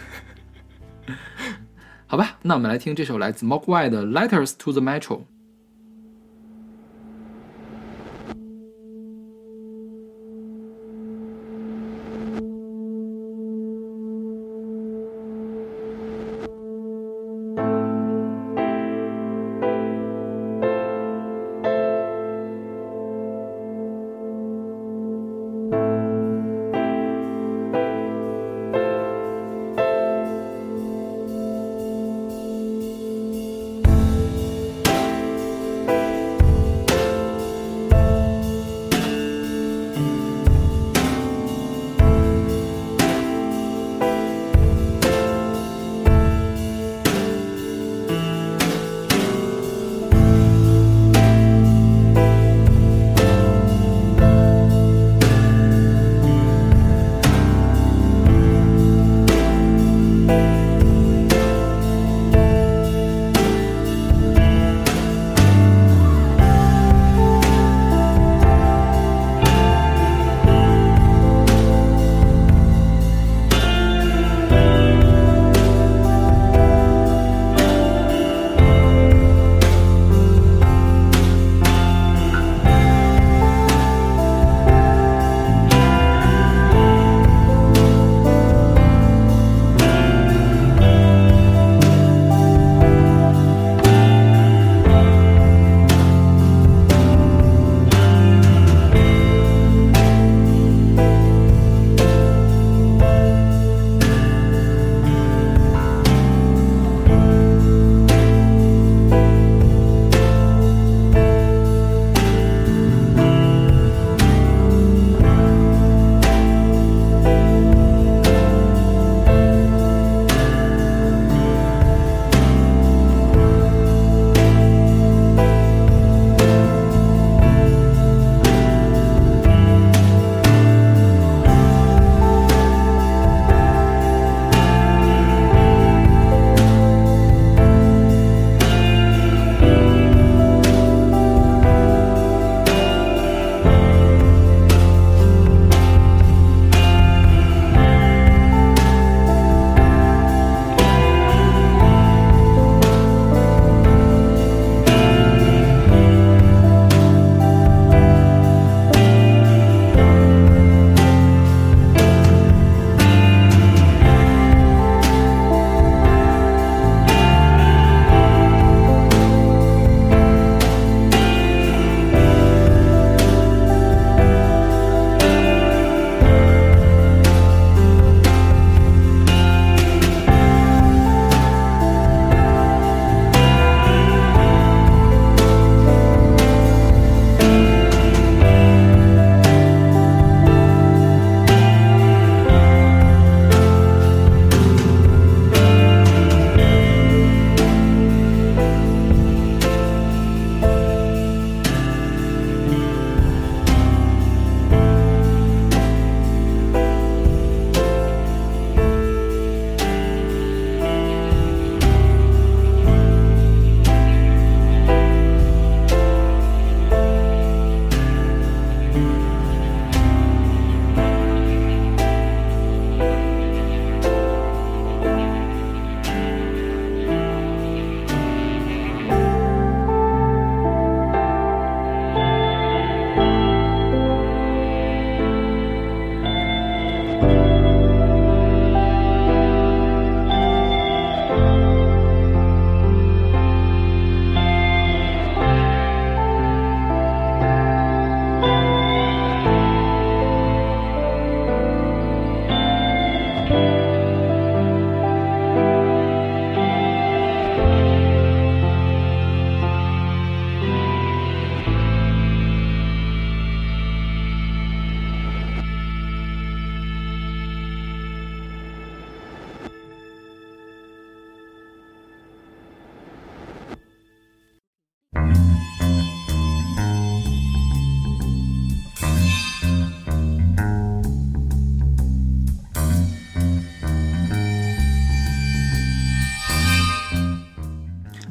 好吧，那我们来听这首来自 Mogwai 的 Letters to the Metro。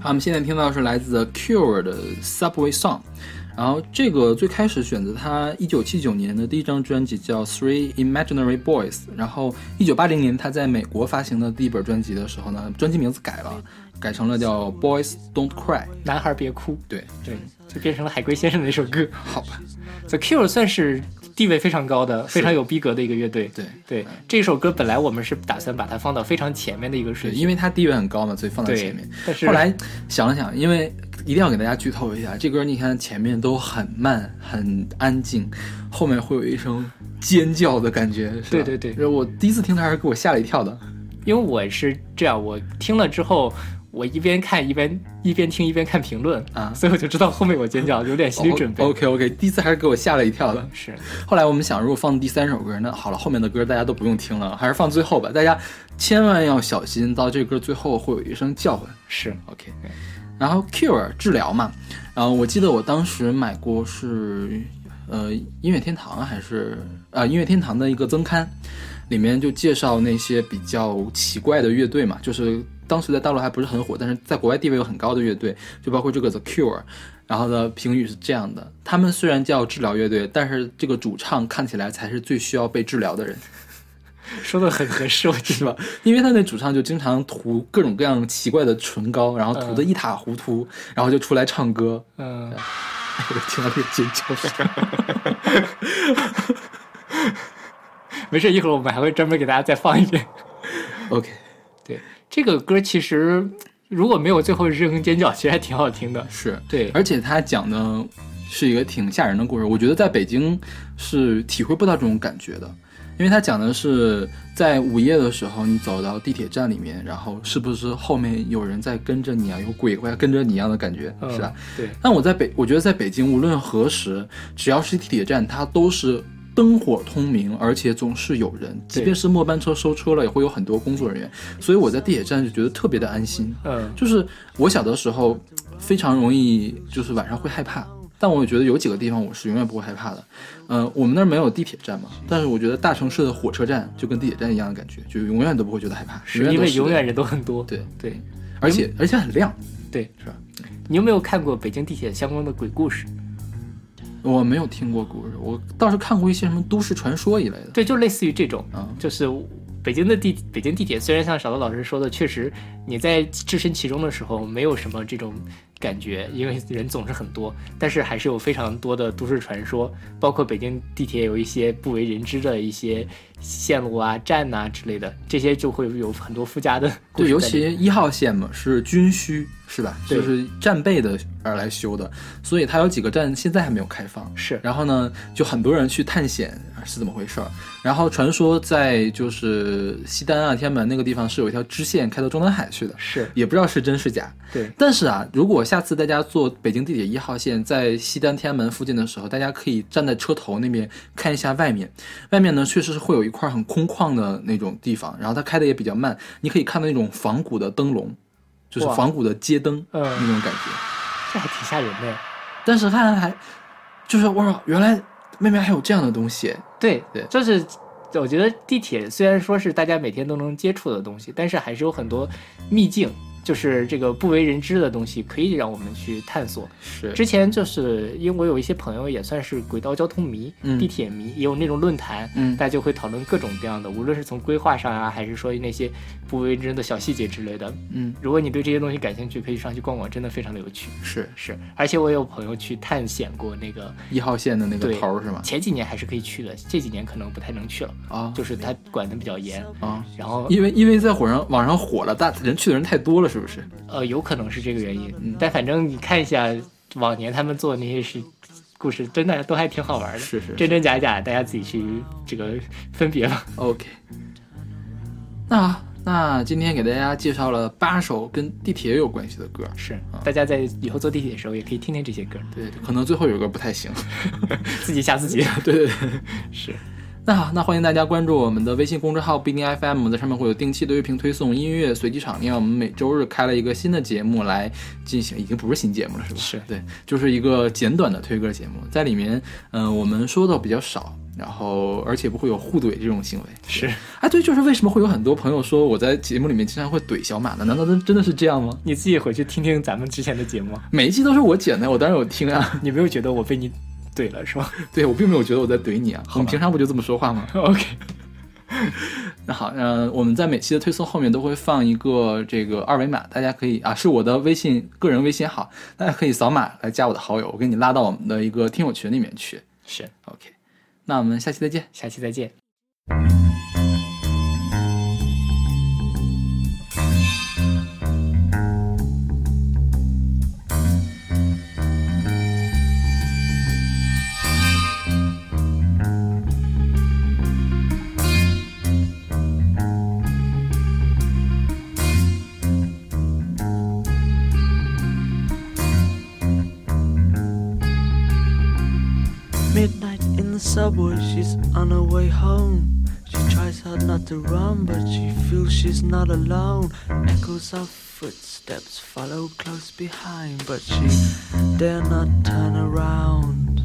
我们现在听到的是来自 The Cure 的 Subway Song， 然后这个最开始选择他1979年的第一张专辑叫 Three Imaginary Boys， 然后1980年他在美国发行的第一本专辑的时候呢，专辑名字改了，改成了叫 Boys Don't Cry， 男孩别哭。 对， 就变成了海龟先生的那首歌。 好吧 The Cure 算是地位非常高的非常有逼格的一个乐队。对，这首歌本来我们是打算把它放到非常前面的一个顺序， 因为它地位很高嘛，所以放到前面。 但是后来想了想，因为一定要给大家剧透一下，这歌你看前面都很慢很安静，后面会有一声尖叫的感觉。 对， 我第一次听它还是给我吓了一跳的。 因为我是这样，我听了之后我一边看一边听一边看评论啊， 所以我就知道后面我尖叫，有点心理准备。 OK， 第一次还是给我吓了一跳的。 是， 后来我们想，如果放第3首歌，那好了，后面的歌大家都不用听了，还是放最后吧。大家千万要小心，到这歌最后会有一声叫唤。 是 OK。然后 Cure 治疗嘛，然后我记得我当时买过是音乐天堂还是音乐天堂的一个增刊，里面就介绍那些比较奇怪的乐队嘛，就是当时在大陆还不是很火，但是在国外地位又很高的乐队，就包括这个 The Cure。然后的评语是这样的：他们虽然叫治疗乐队，但是这个主唱看起来才是最需要被治疗的人。 说的很合适，我觉得， 因为他那主唱就经常涂各种各样奇怪的唇膏，然后涂得一塌糊涂，然后就出来唱歌。我听到这个尖叫声。 没事，一会儿我们还会专门给大家再放一遍。 OK， 对，这个歌其实如果没有最后一声尖叫，其实还挺好听的。 是， 对， 而且他讲的是一个挺吓人的故事，我觉得在北京是体会不到这种感觉的。因为他讲的是在午夜的时候，你走到地铁站里面，然后是不是后面有人在跟着你啊，有鬼怪跟着你一样的感觉，是吧？ 对。 但我觉得在北京，无论何时，只要是地铁站，它都是灯火通明，而且总是有人，即便是末班车收车了，也会有很多工作人员。所以我在地铁站就觉得特别的安心。就是我小的时候非常容易就是晚上会害怕。但我觉得有几个地方我是永远不会害怕的，我们那儿没有地铁站嘛，但是我觉得大城市的火车站就跟地铁站一样的感觉，就永远都不会觉得害怕， 是因为永远人都很多。对， 而且很亮， 对， 是吧？ 你有没有看过北京地铁相关的鬼故事？ 我没有听过故事，我倒是看过一些什么都市传说一类的。 对，就类似于这种，就是北京地铁，虽然像小豆老师说的，确实你在置身其中的时候没有什么这种感觉，因为人总是很多，但是还是有非常多的都市传说，包括北京地铁有一些不为人知的一些线路啊、站啊之类的，这些就会有很多附加的故事。 对，尤其1号线嘛，是军需，是吧？就是战备的而来修的，所以它有几个站现在还没有开放。 是， 然后呢，就很多人去探险是怎么回事？然后传说在就是西单啊、天安门那个地方是有一条支线开到中南海去的， 是，也不知道是真是假。 对， 但是啊，如果下次大家坐北京地铁1号线在西单天安门附近的时候，大家可以站在车头那边看一下外面呢确实是会有一块很空旷的那种地方，然后它开的也比较慢，你可以看到那种仿古的灯笼，就是仿古的街灯那种感觉， 这还挺吓人的。 但是看还就是哇，原来外面还有这样的东西。 对，就是我觉得地铁虽然说是大家每天都能接触的东西，但是还是有很多秘境，就是这个不为人知的东西可以让我们去探索。 是， 之前就是因为我有一些朋友也算是轨道交通迷、地铁迷，也有那种论坛，大家就会讨论各种各样的，无论是从规划上啊，还是说那些不为人知的小细节之类的。如果你对这些东西感兴趣，可以上去逛逛，真的非常的有趣。 是， 而且我有朋友去探险过那个 1号线的那个头是吗？ 前几年还是可以去的，这几年可能不太能去了啊，就是他管得比较严啊。然后因为在网上火了，人去的人太多了，是不是？ 有可能是这个原因，但反正你看一下往年他们做的那些故事，真的都还挺好玩的， 是真真假假，大家自己去这个分别吧。 OK， 那今天给大家介绍了8首跟地铁有关系的歌， 是大家在以后坐地铁的时候也可以听听这些歌。 对，可能最后有个不太行， 自己吓自己。 对， 是。 那好，那欢迎大家关注我们的微信公众号不一定 FM， 在上面会有定期的乐评推送、音乐随机场，因为我们每周日开了一个新的节目来进行，已经不是新节目了，是吧？ 是， 对，就是一个简短的推歌节目，在里面，我们说的比较少，然后而且不会有互怼这种行为。 是， 哎，对，就是为什么会有很多朋友说我在节目里面经常会怼小马呢？难道真的是这样吗？ 你自己回去听听咱们之前的节目， 每一期都是我剪的，我当然有听啊。 你没有觉得我被你怼了是吗？ 对，我并没有觉得我在怼你啊，我们平常不就这么说话吗 ？OK。 那好，我们在每期的推送后面都会放一个这个二维码，大家可以啊，是我的个人微信号，大家可以扫码来加我的好友，我给你拉到我们的一个听友群里面去。 是 OK， 那我们下期再见， 下期再见。 Midnight in the subway, she's on her way home. She tries hard not to run, but she feels she's not alone. Echoes of footsteps follow close behind, but she dare not turn around.